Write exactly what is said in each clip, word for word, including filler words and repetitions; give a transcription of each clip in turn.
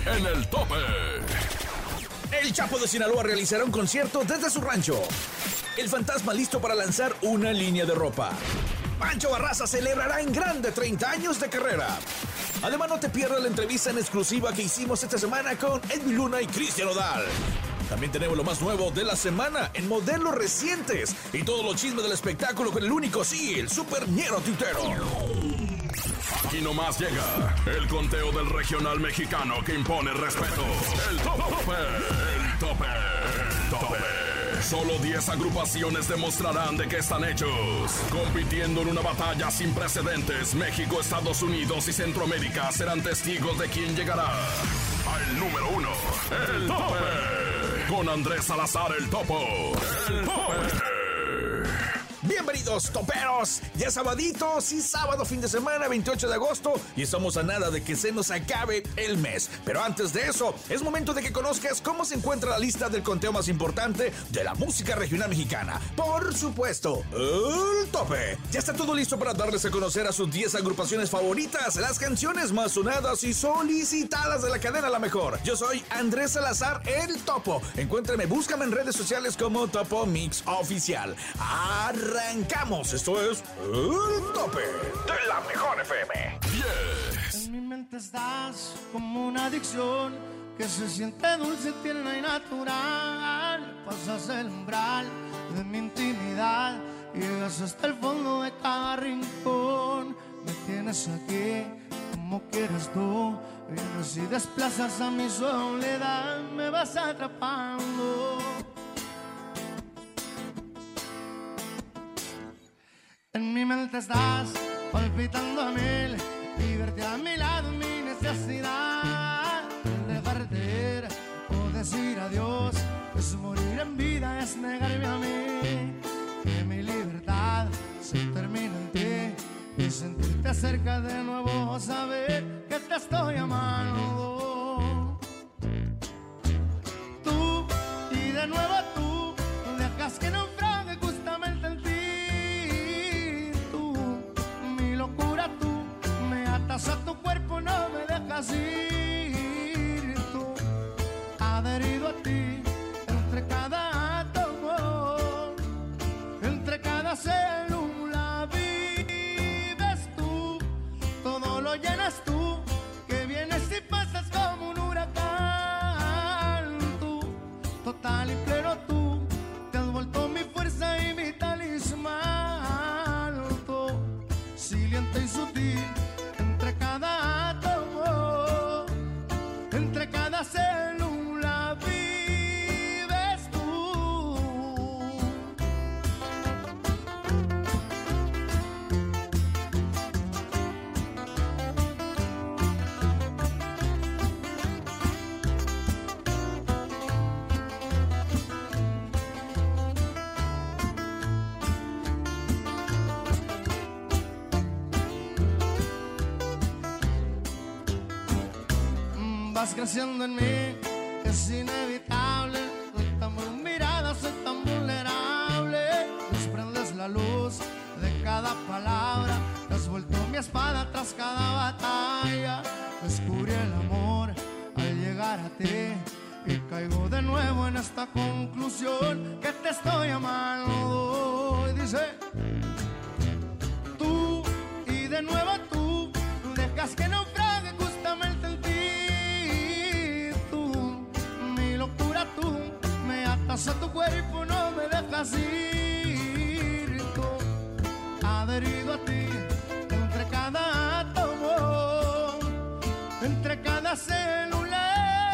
en el tope. El Chapo de Sinaloa realizará un concierto desde su rancho. El Fantasma listo para lanzar una línea de ropa. Pancho Barraza celebrará en grande treinta años de carrera. Además, no te pierdas la entrevista en exclusiva que hicimos esta semana con Edwin Luna y Cristian Odal. También tenemos lo más nuevo de la semana en modelos recientes y todos los chismes del espectáculo con el único, sí, el super ñero tuitero. Aquí nomás llega el conteo del regional mexicano que impone respeto. El tope, el tope, el tope. Solo diez agrupaciones demostrarán de qué están hechos. Compitiendo en una batalla sin precedentes, México, Estados Unidos y Centroamérica serán testigos de quién llegará al número uno. El tope. Con Andrés Salazar, el topo. El tope. Bienvenidos, toperos. Ya sabadito, sí, sábado, fin de semana, veintiocho de agosto, y estamos a nada de que se nos acabe el mes. Pero antes de eso, es momento de que conozcas cómo se encuentra la lista del conteo más importante de la música regional mexicana. Por supuesto, el tope. Ya está todo listo para darles a conocer a sus diez agrupaciones favoritas, las canciones más sonadas y solicitadas de la cadena La Mejor. Yo soy Andrés Salazar, el topo. Encuéntrame, búscame en redes sociales como Topo Mix Oficial. Arrancamos, esto es el tope de La Mejor F M. diez. En mi mente estás como una adicción que se siente dulce, tierna y natural. Pasas el umbral de mi intimidad, llegas hasta el fondo de cada rincón. Me tienes aquí como quieres tú, vienes y desplazas a mi soledad, me vas atrapando. En mi mente estás palpitando a mil y verte a mi lado es mi necesidad. Dejarte ir o decir adiós es morir en vida, es negarme a mí. Que mi libertad se termina en ti y sentirte cerca de nuevo, saber que te estoy amando. Tú y de nuevo tú dejas que naufrague justamente en ti. A tu cuerpo no me dejas ir, tú adherido a ti, entre cada átomo, entre cada célula vives tú, todo lo llenas tú, que vienes y pasas como un huracán, tú, total y pleno tú, te has vuelto mi fuerza y mi talismán, tú, silente y sutil. Entre cada átomo, entre cada célula vives tú. Vas creciendo en mí, es inevitable. Soy tan con mirada, soy tan vulnerable. Desprendes la luz de cada palabra, te has vuelto mi espada tras cada batalla. Descubrí el amor al llegar a ti y caigo de nuevo en esta conclusión que te estoy amando. Y dice, tú y de nuevo tú dejas que naufrague justamente en ti. Tú me atas a tu cuerpo, no me dejas ir, tú adherido a ti, entre cada átomo, entre cada célula.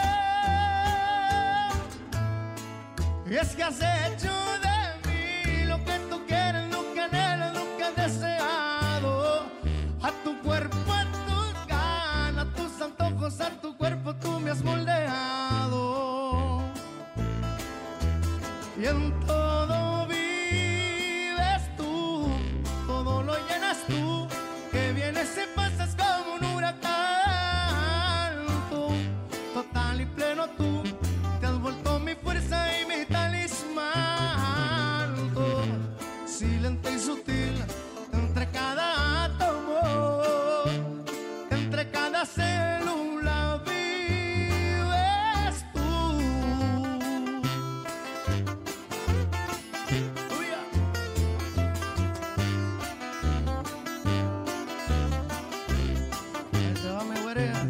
Y es que has hecho de mí lo que tú quieres, lo que anhelas, lo que has deseado. A tu cuerpo, a tus ganas, a tus antojos, a tu cuerpo tú me has moldeado. Y en todo vives tú, todo lo llenas tú, que vienes y pasas como un huracán, tú, total y pleno tú, te has vuelto mi fuerza y mi talismán, tú, silente y sutil, entre cada átomo, entre cada célula vives. creas.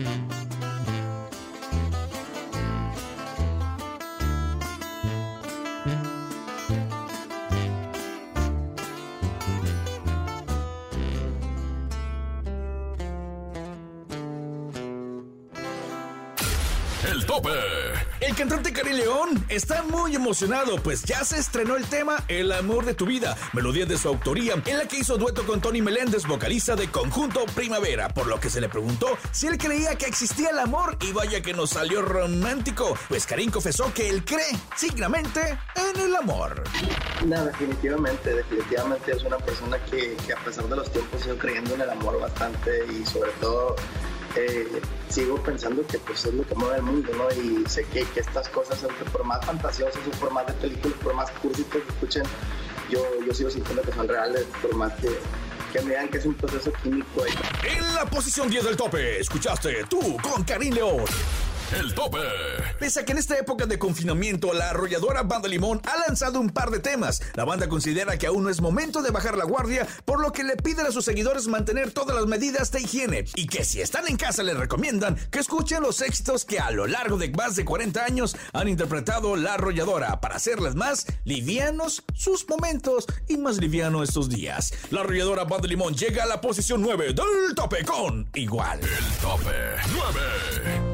El tope. El cantante Karim León está muy emocionado, pues ya se estrenó el tema El amor de tu vida, melodía de su autoría, en la que hizo dueto con Tony Meléndez, vocalista de Conjunto Primavera, por lo que se le preguntó si él creía que existía el amor, y vaya que nos salió romántico, pues Karim confesó que él cree ciegamente en el amor. No, definitivamente, definitivamente es una persona que, que a pesar de los tiempos sigo creyendo en el amor bastante, y sobre todo Eh, sigo pensando que pues es lo que mueve el mundo, ¿no? Y sé que, que estas cosas, aunque por más fantasiosas o por más de películas, por más cursis que escuchen, yo, yo sigo sintiendo que son reales, por más que, que me digan que es un proceso químico ahí. En la posición diez del tope, escuchaste Tú con Karim León. El tope. Pese a que en esta época de confinamiento la arrolladora Banda Limón ha lanzado un par de temas, la banda considera que aún no es momento de bajar la guardia, por lo que le piden a sus seguidores mantener todas las medidas de higiene, y que si están en casa les recomiendan que escuchen los éxitos que a lo largo de más de cuarenta años han interpretado la arrolladora, para hacerles más livianos sus momentos y más liviano estos días. La arrolladora Banda Limón llega a la posición nueve del tope con Igual. El tope nueve.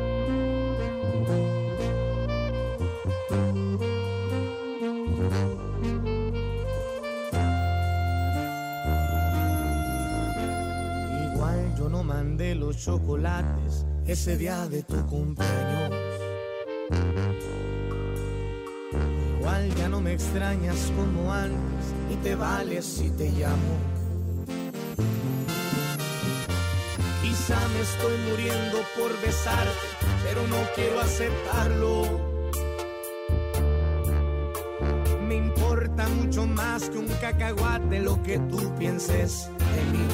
Mandé los chocolates ese día de tu cumpleaños. Igual ya no me extrañas como antes, y te vales si te llamo. Quizá me estoy muriendo por besarte, pero no quiero aceptarlo. Me importa mucho más que un cacahuate lo que tú pienses de mí.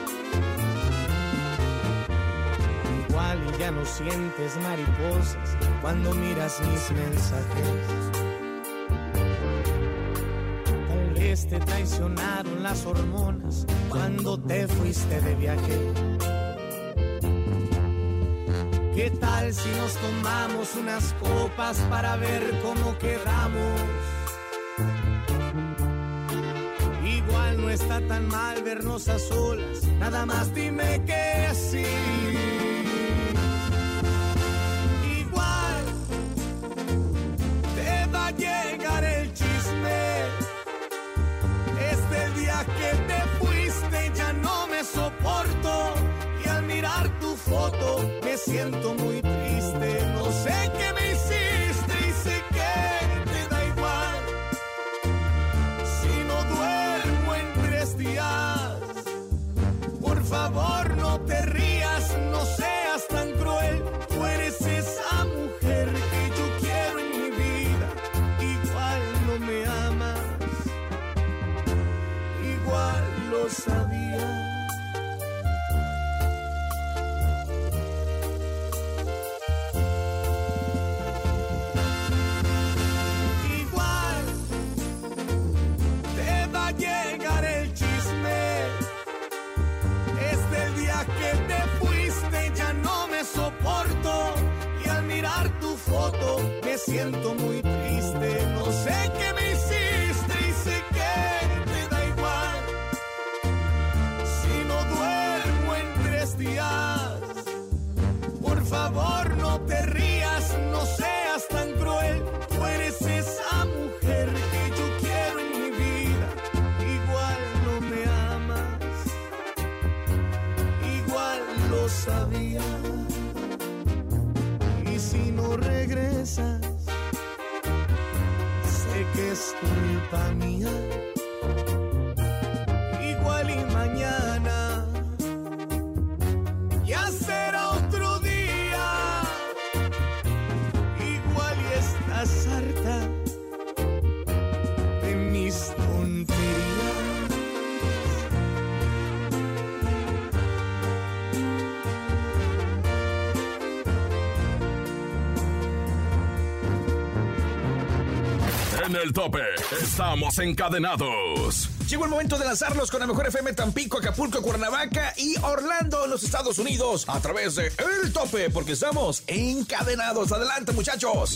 Y ya no sientes mariposas cuando miras mis mensajes. Tal vez te traicionaron las hormonas cuando te fuiste de viaje. ¿Qué tal si nos tomamos unas copas para ver cómo quedamos? Igual no está tan mal vernos a solas, nada más dime que sí. Llegar el chisme, este el día que te fuiste ya no me soporto, y al mirar tu foto me siento muy triste. No sé qué me hiciste y sé que te da igual si no duermo en tres días. Por favor no te rías, no seas tan cruel, tú eres esa mujer que yo quiero en mi vida. No me amas, igual lo sabía. Igual te va a llegar el chisme, este el día que te fuiste ya no me soporto, y al mirar tu foto me siento muy triste. No sé qué me hiciste y sé que te da igual si no duermo en tres días. Por favor no te rías, no seas tan cruel, tú eres esa mujer que yo quiero en mi vida. Igual no me amas, igual lo sabía. Y si no regresas, que es culpa mía. Igual y mañana ya será otro día. Igual y estás harta de mis tonterías. En el tope estamos encadenados. Llegó el momento de lanzarlos con la mejor F M Tampico, Acapulco, Cuernavaca y Orlando en los Estados Unidos a través de El Tope, porque estamos encadenados. Adelante, muchachos.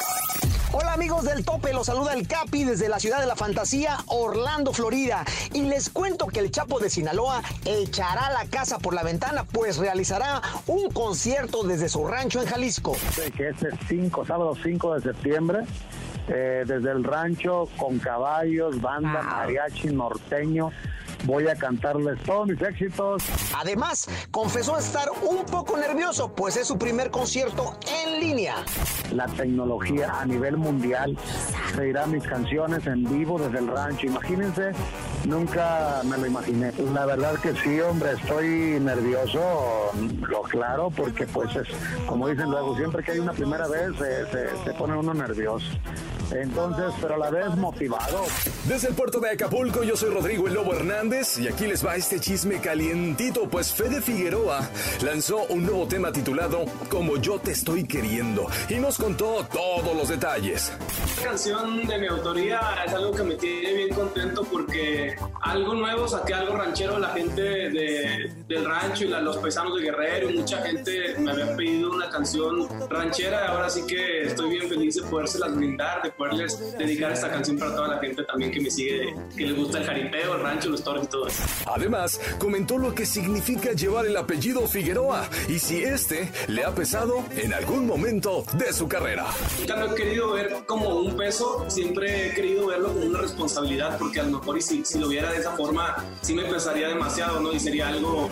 Hola amigos del Tope, los saluda el Capi desde la ciudad de la fantasía, Orlando, Florida. Y les cuento que el Chapo de Sinaloa echará la casa por la ventana, pues realizará un concierto desde su rancho en Jalisco. Que es el cinco, sábado cinco de septiembre, eh, desde el rancho con caballos, banda, mariachi, norteño. Voy a cantarles todos mis éxitos. Además, confesó estar un poco nervioso, pues es su primer concierto en línea. La tecnología a nivel mundial traerá mis canciones en vivo desde el rancho. Imagínense, nunca me lo imaginé. La verdad que sí, hombre, estoy nervioso, lo claro, porque pues es, como dicen luego, siempre que hay una primera vez se, se, se pone uno nervioso. Entonces, pero a la vez motivado. Desde el puerto de Acapulco, yo soy Rodrigo el Lobo Hernández y aquí les va este chisme calientito, pues Fede Figueroa lanzó un nuevo tema titulado Como yo te estoy queriendo y nos contó todos los detalles. Esta canción de mi autoría es algo que me tiene bien contento porque algo nuevo, saqué algo ranchero, la gente de, del rancho y la, los paisanos de Guerrero y mucha gente me había pedido una canción ranchera, ahora sí que estoy bien feliz de podérselas brindar, de poderles dedicar esta canción para toda la gente también que me sigue, que les gusta el jaripeo, el rancho, los toros y todo eso. Además, comentó lo que significa llevar el apellido Figueroa y si este le ha pesado en algún momento de su carrera. Nunca lo he querido ver como un peso, siempre he querido verlo como una responsabilidad, porque a lo mejor y si, si lo viera de esa forma, sí me pesaría demasiado, ¿no? Y sería algo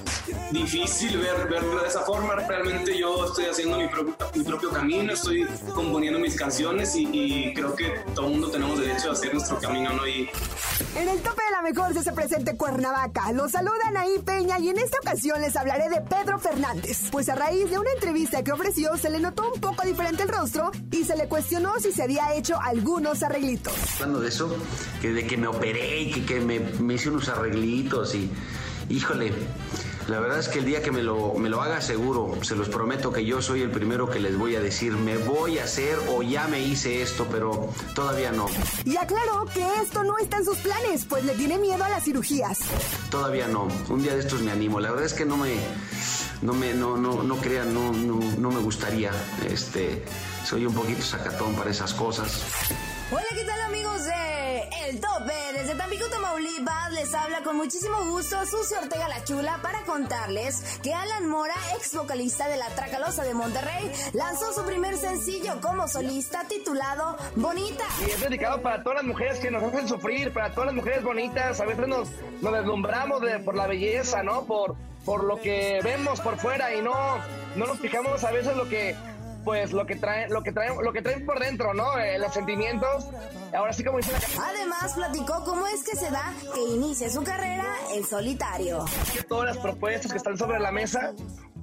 difícil ver, verlo de esa forma. Realmente yo estoy haciendo mi propio, mi propio camino, estoy componiendo mis canciones y, y creo que todo el mundo tenemos derecho a hacer nuestro camino, ¿no? Y en el Tope de la Mejor se hace presente Cuernavaca. Los saluda Anaí Peña y en esta ocasión les hablaré de Pedro Fernández. Pues a raíz de una entrevista que ofreció se le notó un poco diferente el rostro y se le cuestionó si se había hecho algunos arreglitos. Hablando de eso, que de que me operé y que, que me, me hice unos arreglitos y híjole, la verdad es que el día que me lo, me lo haga seguro, se los prometo que yo soy el primero que les voy a decir, me voy a hacer o ya me hice esto, pero todavía no. Y aclaró que esto no está en sus planes, pues le tiene miedo a las cirugías. Todavía no, un día de estos me animo, la verdad es que no me, no me, no, no, no crean, no, no, no me gustaría, este, soy un poquito sacatón para esas cosas. Hola, ¿qué tal amigos de El Tope? Desde Tampico, Tamaulipas, les habla con muchísimo gusto Susi Ortega la Chula para contarles que Alan Mora, ex vocalista de La Tracalosa de Monterrey, lanzó su primer sencillo como solista titulado Bonita. Y es dedicado para todas las mujeres que nos hacen sufrir, para todas las mujeres bonitas. A veces nos, nos deslumbramos de, por la belleza, ¿no? Por, por lo que vemos por fuera y no, no nos fijamos a veces lo que... pues lo que traen, lo que traen, lo que traen por dentro, ¿no? Eh, los sentimientos. Ahora sí, como dice la... Además, platicó cómo es que se da que inicie su carrera en solitario. Todas las propuestas que están sobre la mesa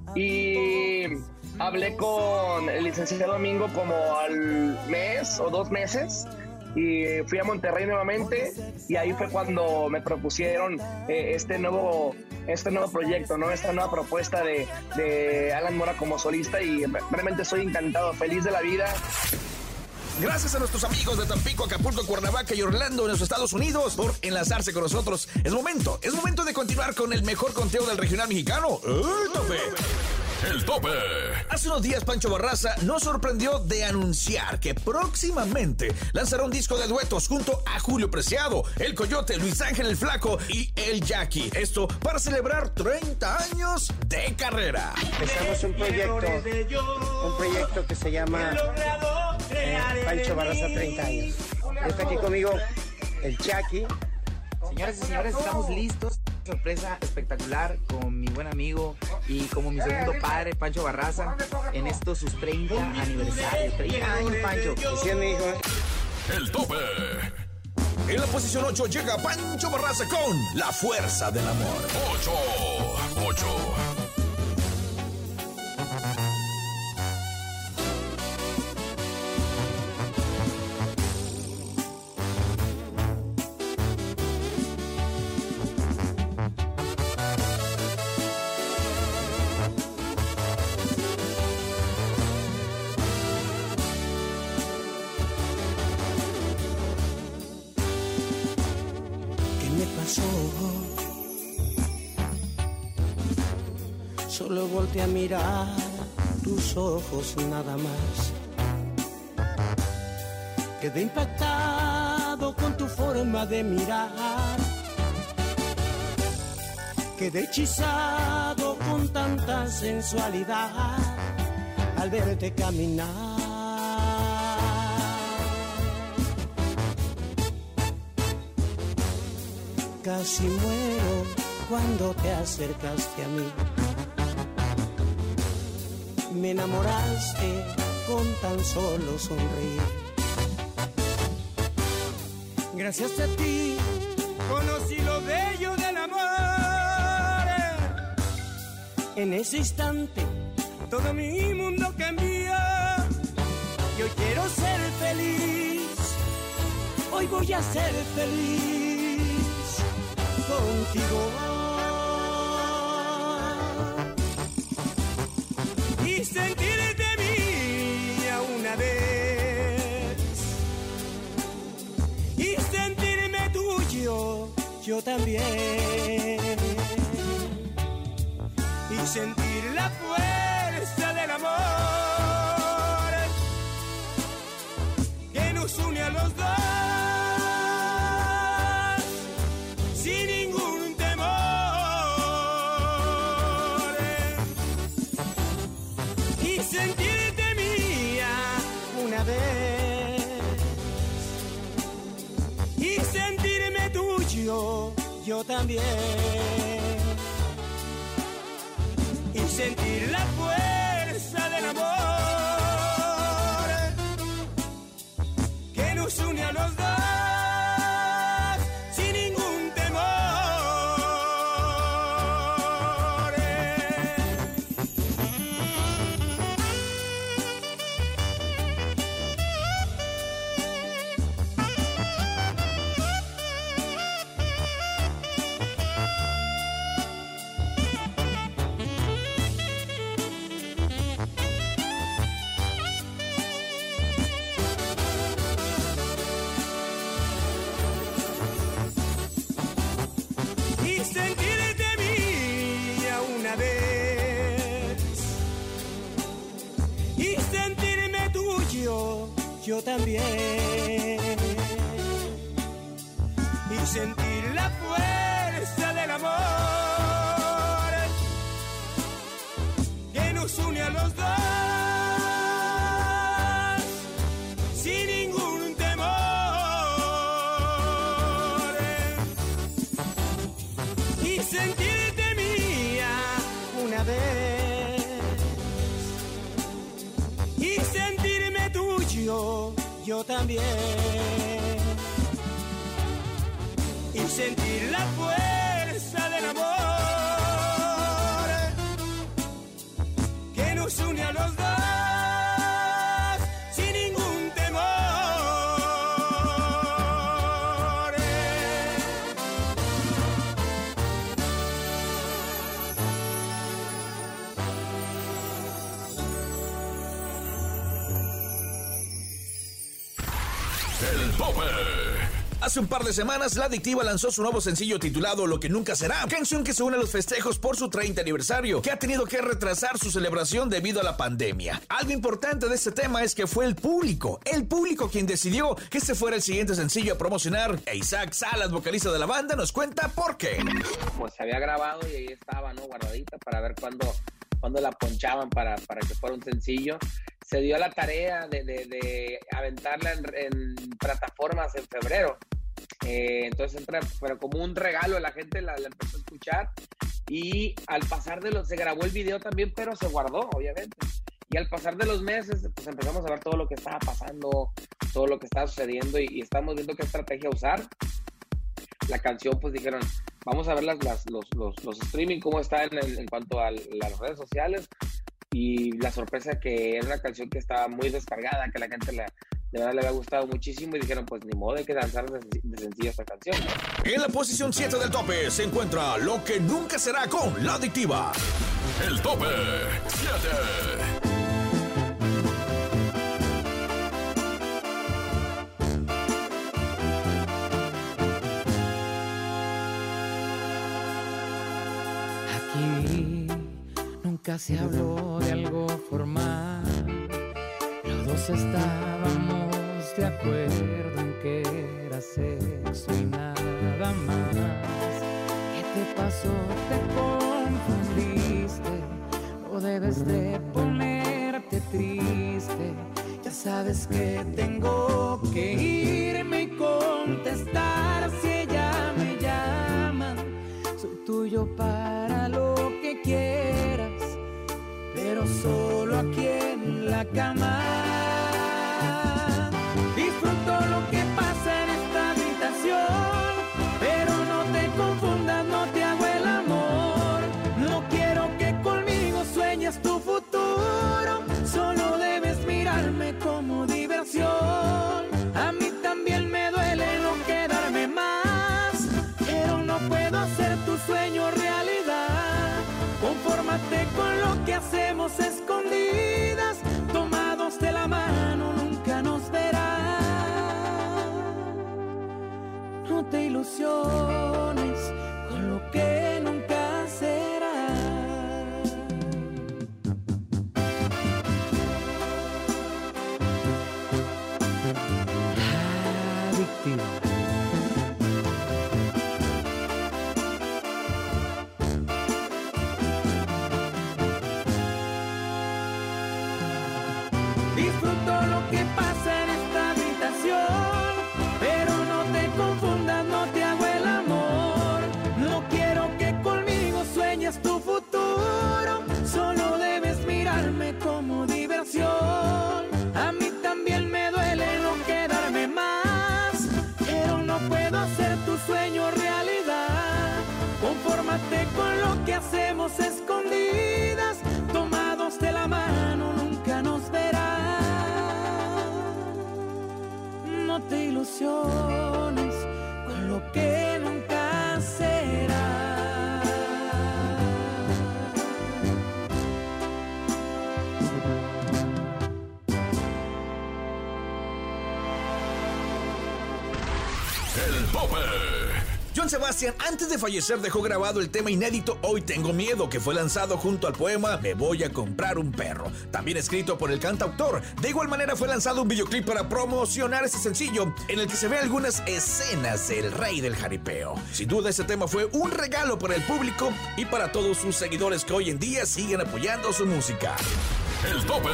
y hablé con el licenciado Domingo como al mes o dos meses y fui a Monterrey nuevamente y ahí fue cuando me propusieron eh, este nuevo este nuevo proyecto, ¿no? Esta nueva propuesta de, de Alan Mora como solista y realmente estoy encantado, feliz de la vida. Gracias a nuestros amigos de Tampico, Acapulco, Cuernavaca y Orlando en los Estados Unidos por enlazarse con nosotros. Es momento, es momento de continuar con el mejor conteo del regional mexicano, El Tope. El Tope. Hace unos días Pancho Barraza nos sorprendió de anunciar que próximamente lanzará un disco de duetos junto a Julio Preciado, El Coyote, Luis Ángel el Flaco y El Jackie. Esto para celebrar treinta años de carrera. Empezamos un proyecto, un proyecto que se llama eh, Pancho Barraza treinta años. Está aquí conmigo El Jackie. Señoras y señores, estamos listos. Sorpresa espectacular con mi buen amigo y como mi segundo padre, Pancho Barraza, en estos sus treinta aniversarios. treinta años, Pancho. Sí, mi hijo. El Tope. En la posición ocho llega Pancho Barraza con La Fuerza del Amor. ocho. ocho. solo volteé a mirar tus ojos nada más. Quedé impactado con tu forma de mirar. Quedé hechizado con tanta sensualidad al verte caminar. Casi muero cuando te acercaste a mí. Me enamoraste con tan solo sonreír. Gracias a ti conocí lo bello del amor. En ese instante todo mi mundo cambió. Y hoy quiero ser feliz. Hoy voy a ser feliz contigo. Y sentirte mía una vez. Y sentirme tuyo, yo también. Y sentir la fuerza del amor que nos une a los dos sin ningún temor. Y sentirte mía una vez y sentirme tuyo, yo también. Y sentir la fuerza del amor que nos une a los dos sin ningún temor. Y sentirte mía una vez y sentirme tuyo, yo también. Y sentir la fuerza del amor que nos une a los dos sin ningún temor. Y sentirte mía una vez y sentirme tuyo, yo también. Y sentir la fuerza del amor que nos une a los dos sin ningún temor. El tope. Hace un par de semanas, La Adictiva lanzó su nuevo sencillo titulado Lo que nunca será, canción que se une a los festejos por su treinta aniversario, que ha tenido que retrasar su celebración debido a la pandemia. Algo importante de este tema es que fue el público, el público quien decidió que este fuera el siguiente sencillo a promocionar, e Isaac Salas, vocalista de la banda, nos cuenta por qué. Pues se había grabado y ahí estaba, ¿no? Guardadita para ver cuándo, cuándo la ponchaban para, para que fuera un sencillo. Se dio la tarea de, de, de aventarla en, en plataformas en febrero. Eh, entonces entra, pero como un regalo, la gente la, la empezó a escuchar y al pasar de los, se grabó el video también, pero se guardó, obviamente. Y al pasar de los meses, pues empezamos a ver todo lo que estaba pasando, todo lo que estaba sucediendo y, y estamos viendo qué estrategia usar. La canción, pues dijeron, vamos a ver las, las, los, los, los streaming, cómo está en, en cuanto a las redes sociales. Y la sorpresa que era una canción que estaba muy descargada, que la gente la, de verdad le había gustado muchísimo y dijeron, pues ni modo, hay que lanzar de, de sencillo esta canción. En la posición siete del tope se encuentra Lo que nunca será con La Adictiva. El tope siete. Nunca se habló de algo formal. Los dos estábamos de acuerdo en que era sexo y nada más. ¿Qué te pasó? ¿Te confundiste? ¿O debes de ponerte triste? Ya sabes que tengo que irme y contestar si ella me llama. Soy tuyo para lo que quieras, pero solo aquí en la cama. Disfruto lo que pasa en esta habitación, pero no te confundas, no te hago el amor. No quiero que conmigo sueñes tu futuro, solo debes mirarme como diversión. A mí también me duele no quedarme más, pero no puedo hacer tu sueño realidad. Confórmate con lo que hacemos escondidas, tomados de la mano nunca nos verás. No te ilusiones con lo que nunca será. Adictivo. Disfruto lo que pasa en esta habitación, pero no te confundas, no te hago el amor. No quiero que conmigo sueñes tu futuro, solo debes mirarme como diversión. A mí también me duele no quedarme más, pero no puedo hacer tu sueño realidad. Confórmate con lo que hacemos escondidas, tomados de la mano nunca nos verás. No te ilusiones con lo que nunca será. El tope. Johann Sebastián, antes de fallecer, dejó grabado el tema inédito Hoy Tengo Miedo, que fue lanzado junto al poema Me Voy a Comprar un Perro, también escrito por el cantautor. De igual manera fue lanzado un videoclip para promocionar ese sencillo, en el que se ve algunas escenas del rey del jaripeo. Sin duda, ese tema fue un regalo para el público y para todos sus seguidores que hoy en día siguen apoyando su música. El tope.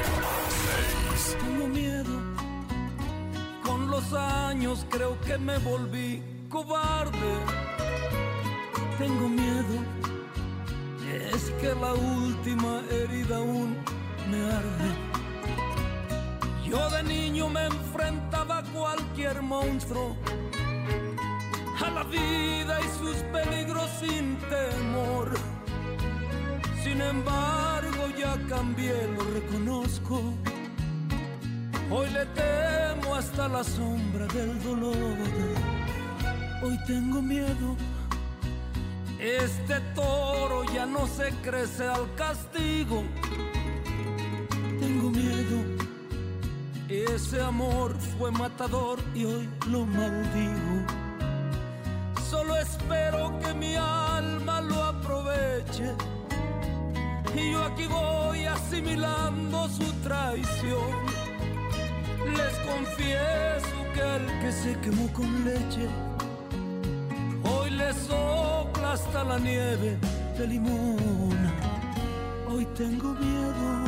Tengo miedo, con los años creo que me volví cobarde. Tengo miedo, es que la última herida aún me arde. Yo de niño me enfrentaba a cualquier monstruo, a la vida y sus peligros sin temor. Sin embargo ya cambié, lo reconozco. Hoy le temo hasta la sombra del dolor. Hoy tengo miedo, este toro ya no se crece al castigo. Tengo miedo, ese amor fue matador y hoy lo maldigo. Solo espero que mi alma lo aproveche, y yo aquí voy asimilando su traición. Les confieso que al que se quemó con leche, hoy le sopla hasta la nieve de limón. Hoy tengo miedo.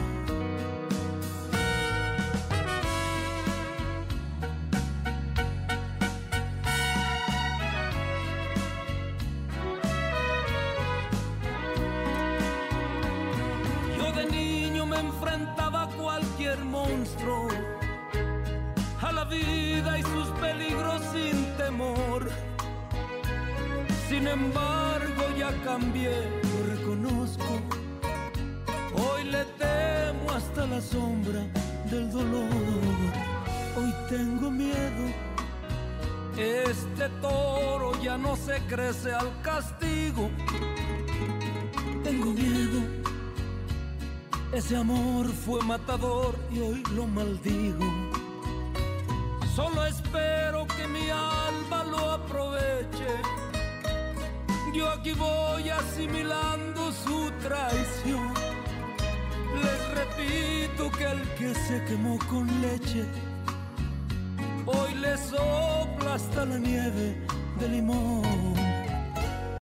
Yo de niño me enfrentaba a cualquier monstruo, a la vida y sus peligros sin temor. Sin embargo ya cambié, lo reconozco. Hoy le temo hasta la sombra del dolor. Hoy tengo miedo, este toro ya no se crece al castigo. Tengo miedo, ese amor fue matador y hoy lo maldigo. Solo espero que mi alma lo aproveche, Yo aquí voy asimilando su traición. Les repito que el que se quemó con leche hoy le sopla hasta la nieve de limón.